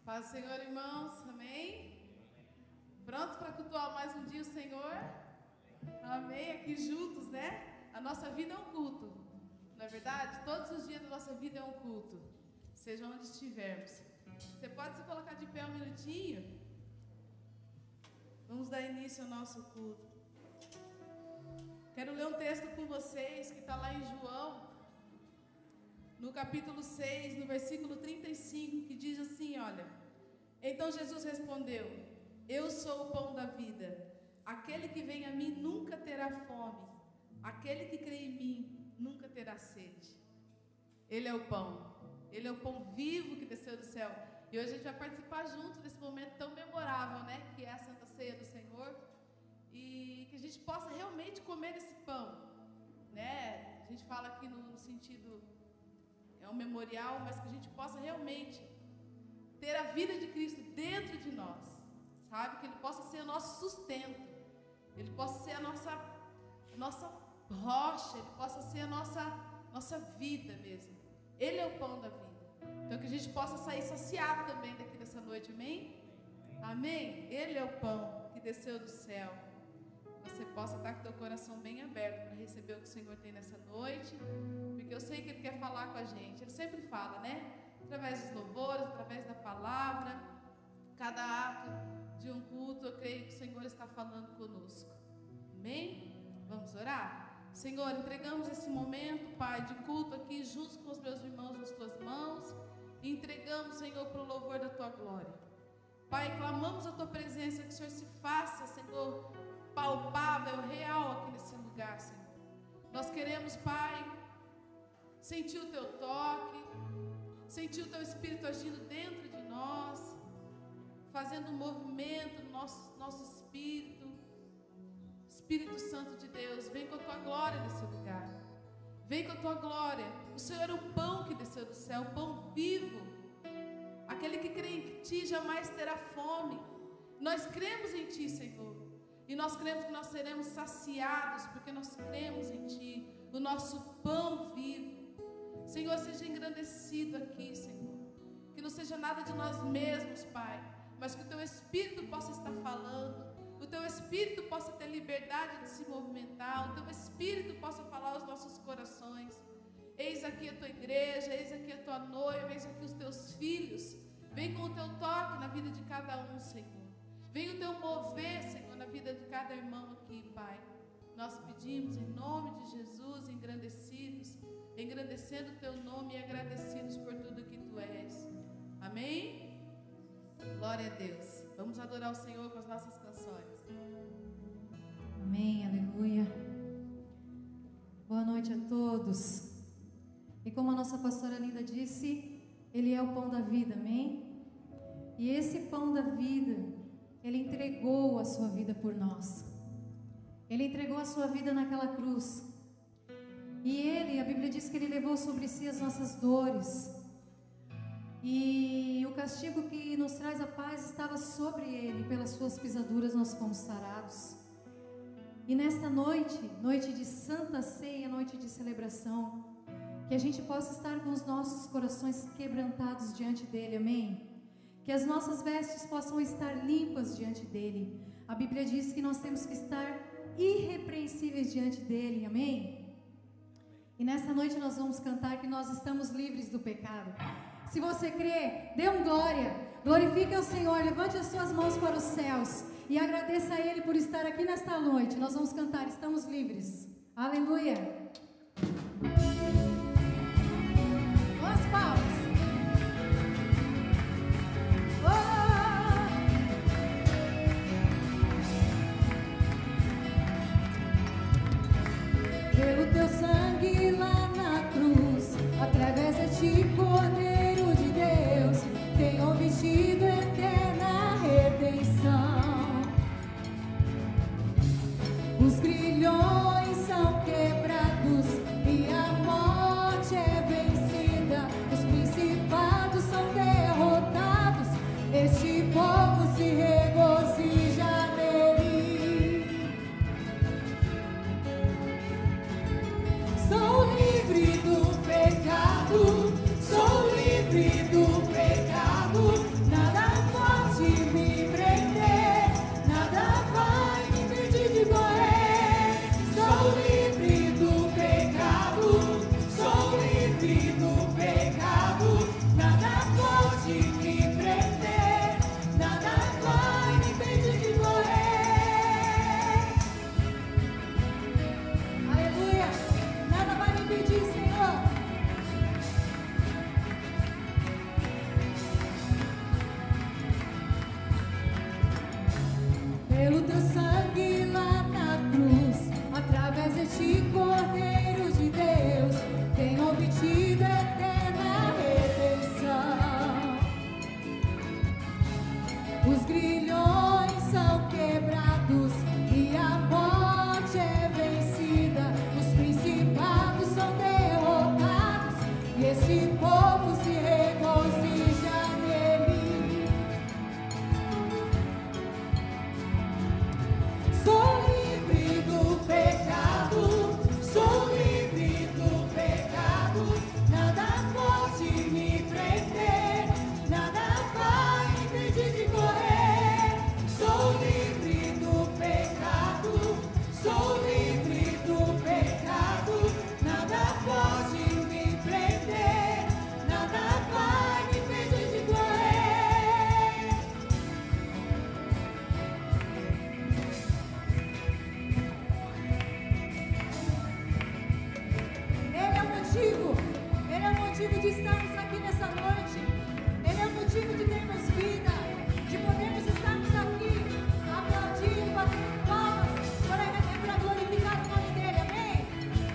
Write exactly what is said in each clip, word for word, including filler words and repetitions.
Paz do Senhor, irmãos, amém? Prontos para cultuar mais um dia o Senhor? Amém? Aqui juntos, né? A nossa vida é um culto, não é verdade? Todos os dias da nossa vida é um culto, seja onde estivermos. Você pode se colocar de pé um minutinho? Vamos dar início ao nosso culto. Quero ler um texto com vocês que está lá em João, no capítulo seis, no versículo trinta e cinco, que diz assim, olha: então Jesus respondeu: eu sou o pão da vida, aquele que vem a mim nunca terá fome, aquele que crê em mim nunca terá sede. Ele é o pão, ele é o pão vivo que desceu do céu. E hoje a gente vai participar junto desse momento tão memorável, né, que é a Santa Ceia do Senhor, e que a gente possa realmente comer esse pão, né? A gente fala aqui no, no sentido, é um memorial, mas que a gente possa realmente ter a vida de Cristo dentro de nós, sabe? Que Ele possa ser o nosso sustento, Ele possa ser a nossa, a nossa rocha, Ele possa ser a nossa, nossa vida mesmo. Ele é o pão da vida. Então que a gente possa sair saciado também daqui dessa noite, amém? Amém? Ele é o pão que desceu do céu. Você possa estar com o teu coração bem aberto para receber o que o Senhor tem nessa noite, porque eu sei que Ele quer falar com a gente. Ele sempre fala, né? Através dos louvores, através da palavra, cada ato de um culto, eu creio que o Senhor está falando conosco. Amém? Vamos orar? Senhor, entregamos esse momento, Pai, de culto aqui, juntos com os meus irmãos nas Tuas mãos, e entregamos, Senhor, para o louvor da Tua glória. Pai, clamamos a Tua presença, que o Senhor se faça, Senhor, palpável, real aqui nesse lugar, Senhor. Nós queremos, Pai, sentir o Teu toque, sentir o Teu Espírito agindo dentro de nós, fazendo um movimento no nosso, nosso espírito. Espírito Santo de Deus, vem com a Tua glória nesse lugar. Vem com a Tua glória. O Senhor é o pão que desceu do céu, o pão vivo. Aquele que crê em Ti jamais terá fome. Nós cremos em Ti, Senhor. E nós cremos que nós seremos saciados, porque nós cremos em Ti, o nosso pão vivo. Senhor, seja engrandecido aqui, Senhor. Que não seja nada de nós mesmos, Pai, mas que o Teu Espírito possa estar falando, o Teu Espírito possa ter liberdade de se movimentar, o Teu Espírito possa falar aos nossos corações. Eis aqui a Tua igreja, eis aqui a Tua noiva, eis aqui os Teus filhos. Vem com o Teu toque na vida de cada um, Senhor. Vem o Teu mover, Senhor, na vida de cada irmão aqui, Pai. Nós pedimos em nome de Jesus, engrandecidos, engrandecendo o Teu nome e agradecidos por tudo que Tu és. Amém? Glória a Deus. Vamos adorar o Senhor com as nossas canções. Amém, aleluia. Boa noite a todos. E como a nossa pastora Linda disse, Ele é o pão da vida, amém? E esse pão da vida, Ele entregou a sua vida por nós. Ele entregou a sua vida naquela cruz. E Ele, a Bíblia diz que Ele levou sobre si as nossas dores. E o castigo que nos traz a paz estava sobre Ele. Pelas suas pisaduras nós fomos sarados. E nesta noite, noite de Santa Ceia, noite de celebração, que a gente possa estar com os nossos corações quebrantados diante dEle, amém? Que as nossas vestes possam estar limpas diante dEle. A Bíblia diz que nós temos que estar irrepreensíveis diante dEle, amém? E nessa noite nós vamos cantar que nós estamos livres do pecado. Se você crê, dê um glória, glorifique ao Senhor, levante as suas mãos para os céus e agradeça a Ele por estar aqui nesta noite. Nós vamos cantar, estamos livres. Aleluia! Com as palmas. Oh! Pelo Teu sangue lá na cruz, através de Ti, Cordeiro de Deus, tem obtido eterna redenção. Os grilhões são quebrados. Os grilhões são quebrados e a morte é vencida. Os principados são derrotados e este povo se regozija nele. Sou livre do pecado, sou livre do pecado. Nada pode me prender, nada vai me impedir de correr. Sou livre do pecado, sou livre do pecado. Nada pode me prender, nada vai me impedir de correr. Ele é o motivo, Ele é o motivo de estarmos aqui nessa noite. Ele é o motivo de termos vida, de podermos estarmos aqui, aplaudindo, batendo palmas, para, para glorificar o nome dEle, amém?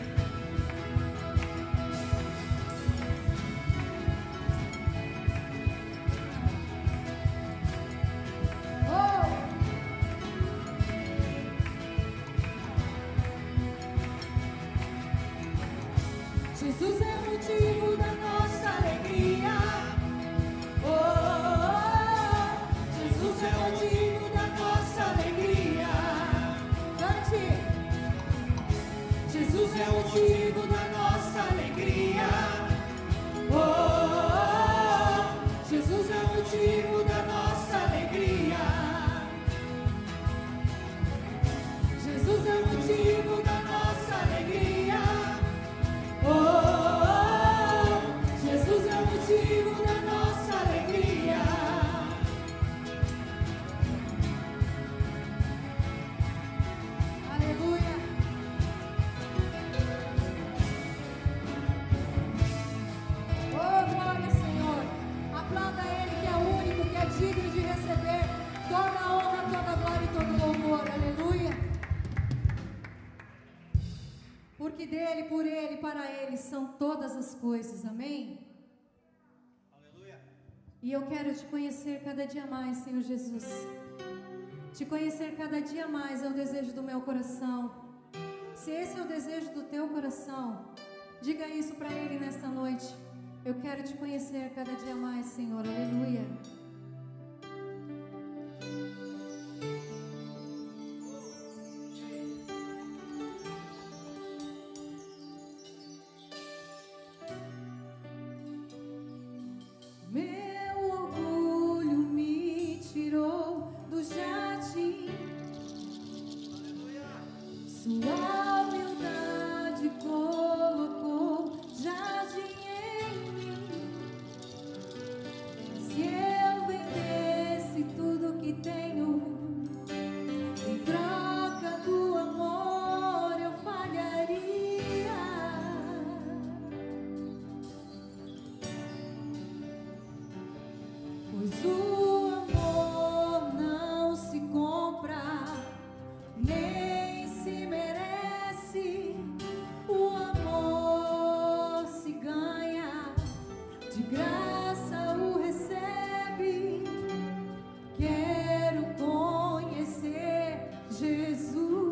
Oh! Jesus é o motivo da nossa alegria. Oh, oh, oh. Jesus é o motivo da nossa alegria. Cante. Jesus é o motivo da nossa alegria. Oh, oh, oh. Jesus é o motivo da nossa alegria. Jesus é o motivo da nossa alegria. Oh, oh, oh, Jesus é o motivo da nossa alegria. Aleluia. Oh, glória, Senhor. Aplauda Ele, que é o único, que é digno de receber toda a honra, toda a glória e todo o louvor. Aleluia. Porque dele, por ele, para ele são todas as coisas, amém? Aleluia. E eu quero te conhecer cada dia mais, Senhor Jesus. Te conhecer cada dia mais é o desejo do meu coração. Se esse é o desejo do teu coração, diga isso para ele nesta noite. Eu quero te conhecer cada dia mais, Senhor, aleluia. Meu orgulho me tirou do jardim. Sua humildade colocou jardim em mim. Se eu vendesse tudo que tenho em troca do amor, eu falharia. Pois o amor não se compra, nem se merece. O amor se ganha, de graça o recebe. Quero conhecer Jesus.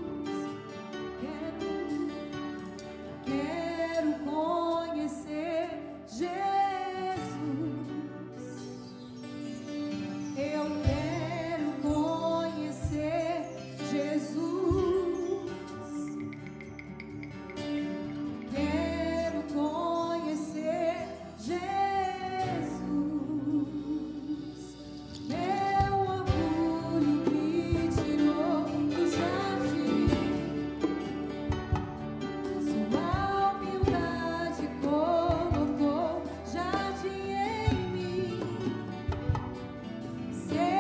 Quero, quero conhecer Jesus. Eu quero conhecer Jesus. Quero conhecer Jesus. Meu orgulho me tirou do jardim. Sua humildade colocou jardim em mim. Se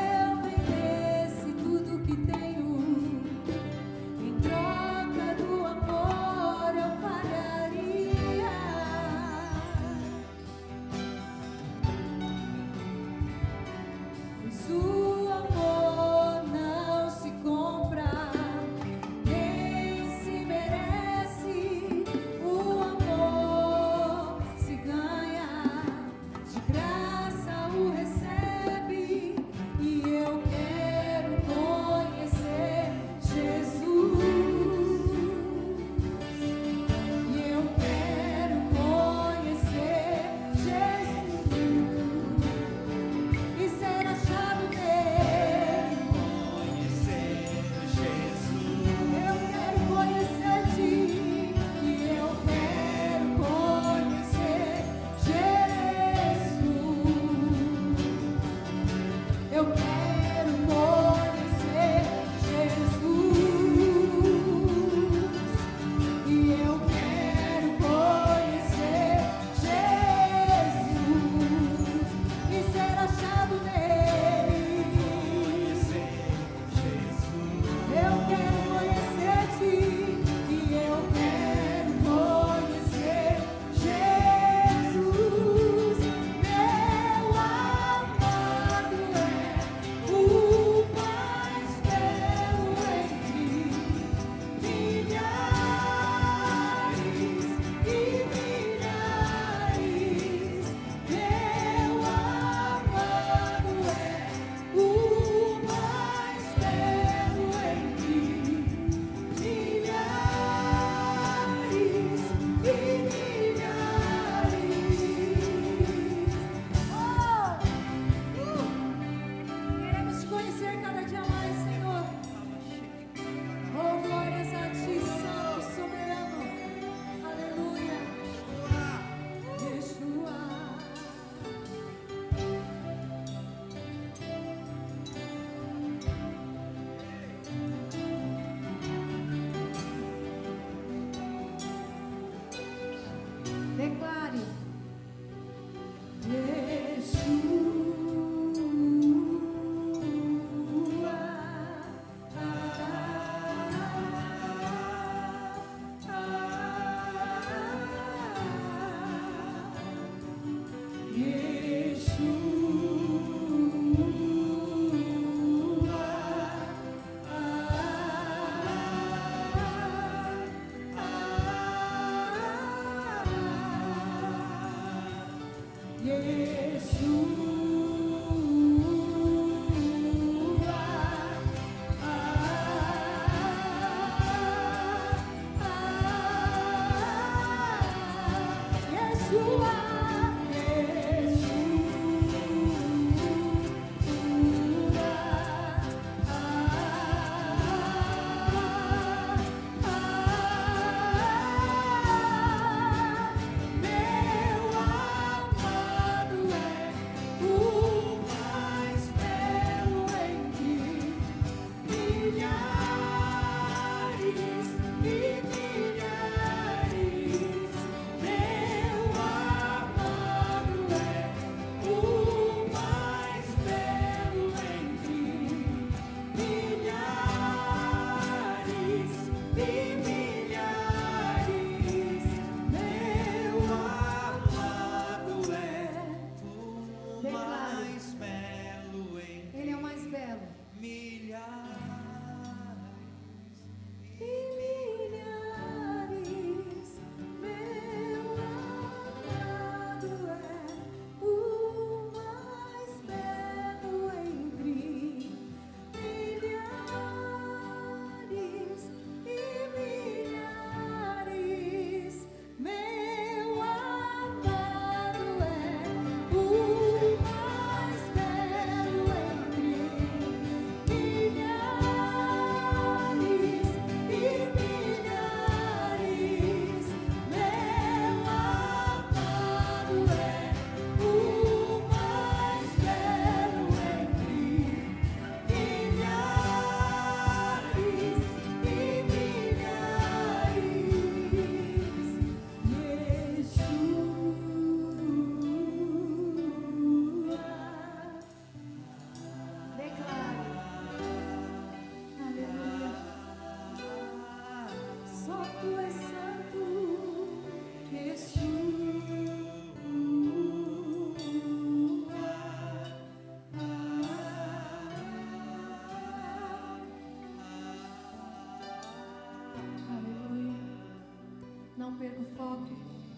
perca o foco.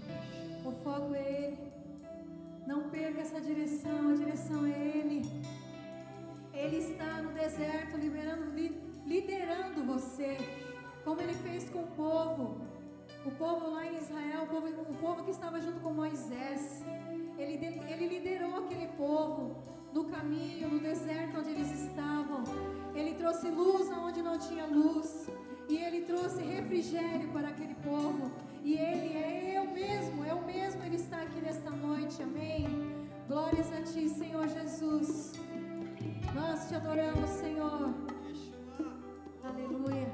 O foco é Ele. Não perca essa direção, a direção é Ele. Ele está no deserto liberando, liderando você, como Ele fez com o povo. O povo lá em Israel, o povo, o povo que estava junto com Moisés. Ele, ele liderou aquele povo no caminho, no deserto onde eles estavam. Ele trouxe luz aonde não tinha luz. E Ele trouxe refrigério para aquele povo. E Ele é eu mesmo, é o mesmo. Ele está aqui nesta noite, amém? Glórias a Ti, Senhor Jesus. Nós Te adoramos, Senhor. Aleluia.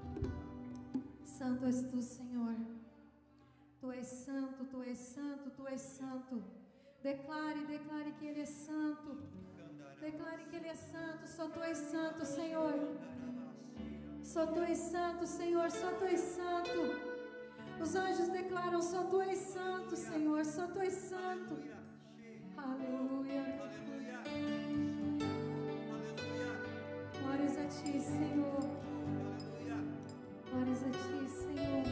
Santo és Tu, Senhor. Tu és santo, Tu és santo, Tu és santo. Declare, declare que Ele é santo. Declare que Ele é santo. Só Tu és santo, Senhor. Só Tu és santo, Senhor. Só Tu és santo. Os anjos declaram: só Tu és santo, Senhor. Só Tu és santo. Aleluia. Glórias a Ti, Senhor. Glórias a Ti, Senhor.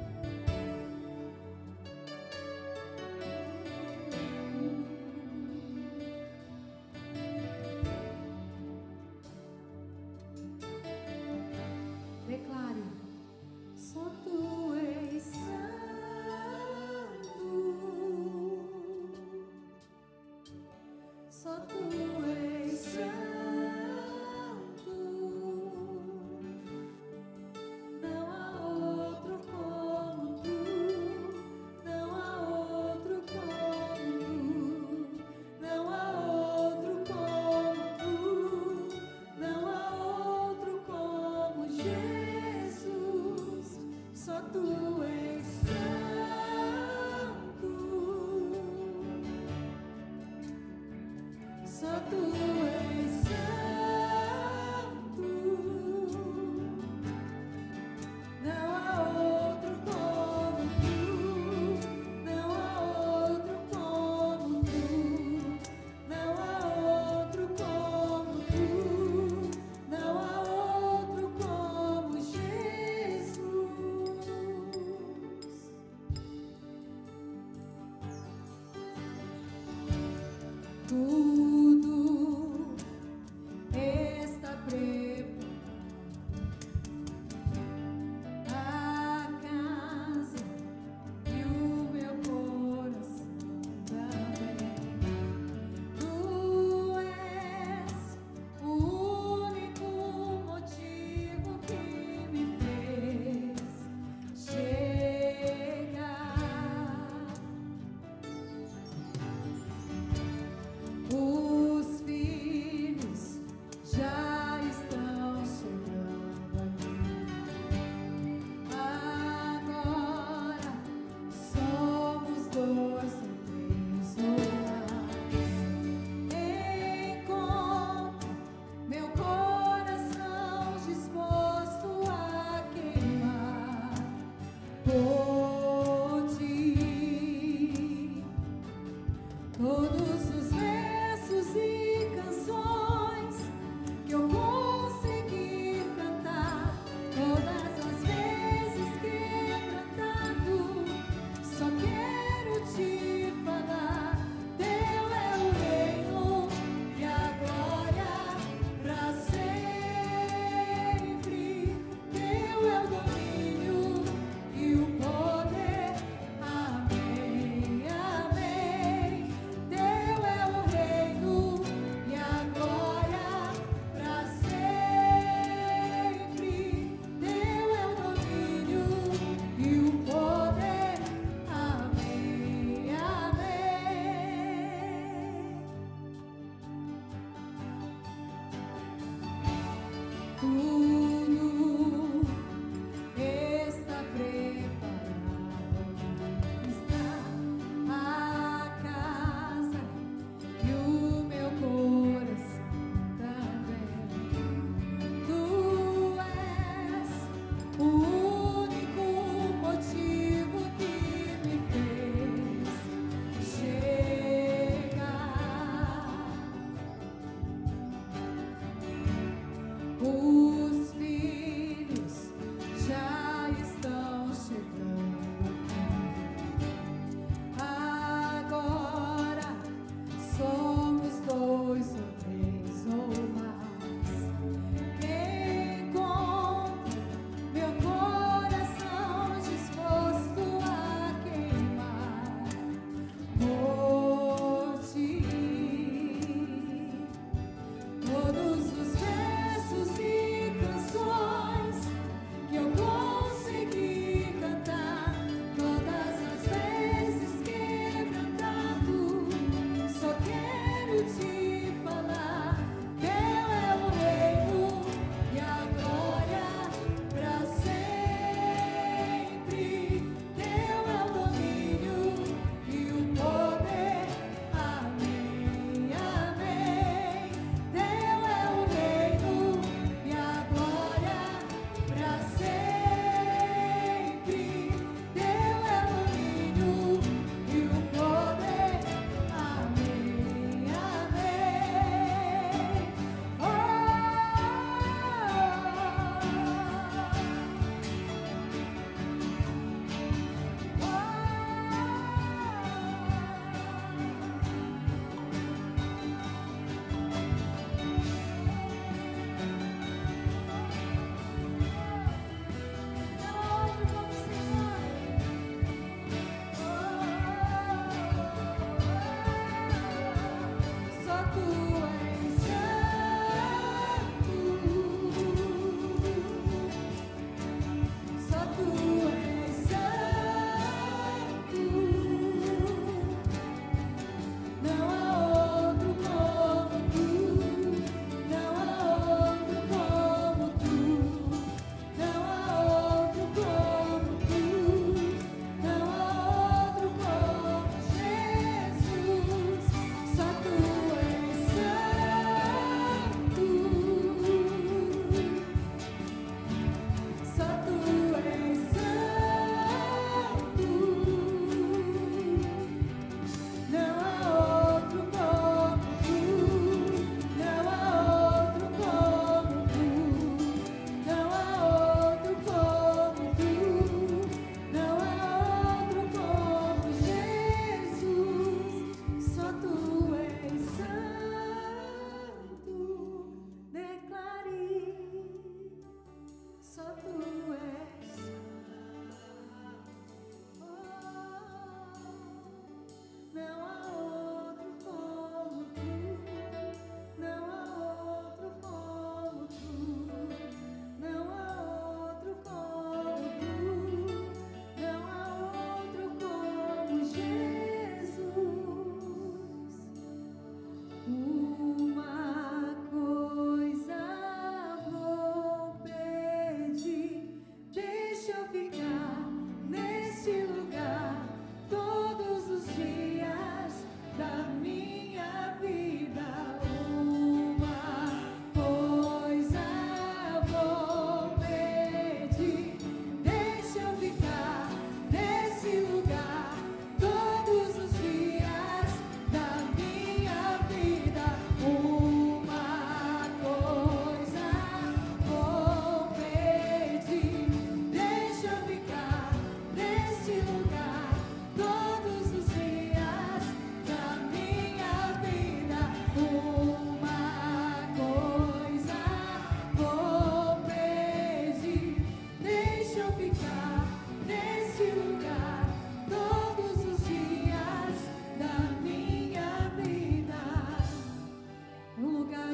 Declare: só Tu és santo. Só Tu és santo. Não há outro como Tu. Não há outro como Tu. Não há outro como Tu. Não há outro como Jesus. Só Tu és santo.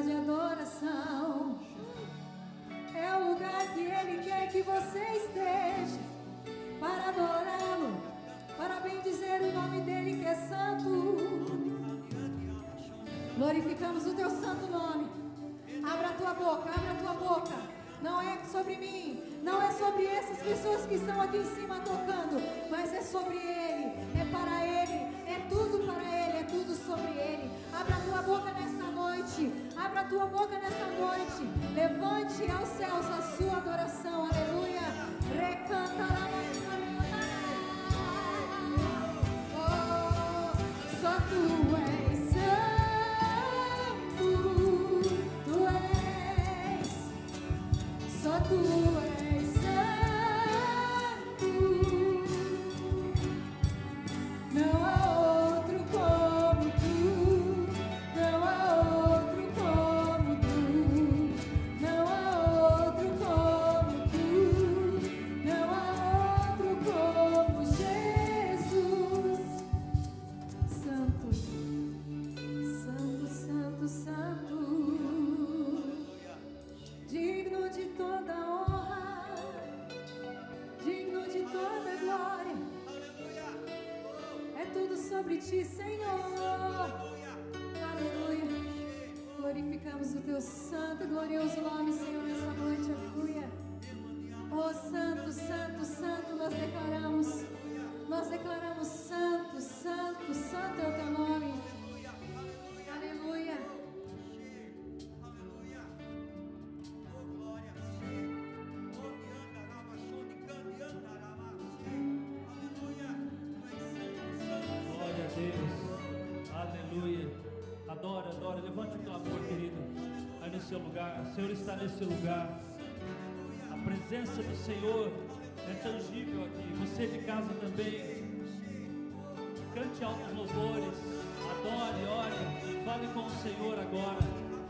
de adoração. É o lugar que Ele quer que você esteja, para adorá-lo, para bendizer o nome dEle que é santo. Glorificamos o Teu santo nome. Abra a tua boca, abra a tua boca. Não é sobre mim, não é sobre essas pessoas que estão aqui em cima tocando, mas é sobre Ele, é para Ele, é tudo para Ele, é tudo sobre Ele. Abra a tua boca nesta noite, abra a tua boca nesta noite, levante aos céus a sua adoração, aleluia. Recanta oh, só Tu és santo, Tu és, só Tu és santo, não há outro como Tu, não há outro como Tu, não há outro como Tu, não há outro como Jesus. Santo, santo, santo, santo, digno de toda honra, digno de toda glória. É tudo sobre Ti, Senhor. Aleluia. Glorificamos o Teu santo e glorioso nome, Senhor, nessa noite. Aleluia. Oh, santo, santo, santo, nós declaramos, nós declaramos santo, santo, santo é o Teu nome. Aleluia. Glória a Deus, aleluia. Adora, adora, levante o clamor, querido, aí no seu lugar. O Senhor está nesse lugar. A presença do Senhor é tangível aqui. Você de casa também, cante altos louvores, adore, ore, fale com o Senhor agora.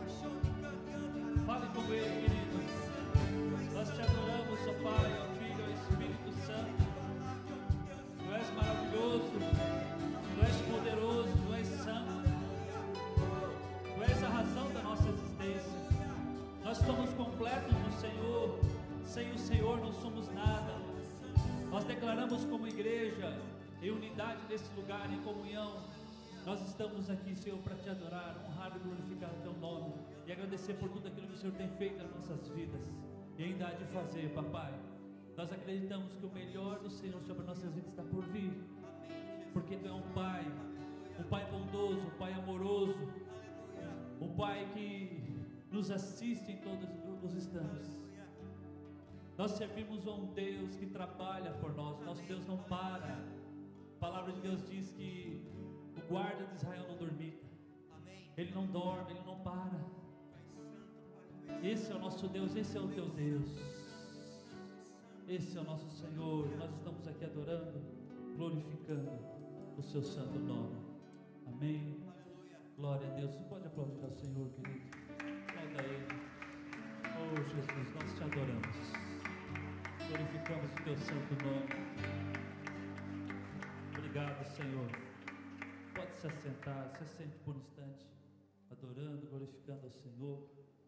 Fale com Ele, querido. Nós te adoramos, ó Pai, ó Filho, ó Espírito Santo. Tu és maravilhoso, Tu és poderoso, Tu és santo. Tu és a razão da nossa existência. Nós somos completos no Senhor. Sem o Senhor não somos nada. Nós declaramos como igreja, em unidade nesse lugar, em comunhão. Nós estamos aqui, Senhor, para Te adorar, honrar e glorificar o Teu nome e agradecer por tudo aquilo que o Senhor tem feito nas nossas vidas e ainda há de fazer, Papai. Nós acreditamos que o melhor do Senhor sobre nossas vidas está por vir, porque Tu é um Pai, um Pai bondoso, um Pai amoroso, um Pai que nos assiste em todos os instantes. Nós servimos a um Deus que trabalha por nós. Nosso Deus não para. A palavra de Deus diz que o guarda de Israel não dormita. Ele não dorme, Ele não para. Esse é o nosso Deus, esse é o Teu Deus. Esse é o nosso Senhor. Nós estamos aqui adorando, glorificando o Seu santo nome. Amém. Glória a Deus. Você pode aplaudir ao Senhor, querido. Aplauda Ele. Oh Jesus, nós Te adoramos. Glorificamos o Teu santo nome. Obrigado, Senhor. Pode se assentar, se assente por um instante, adorando, glorificando ao Senhor.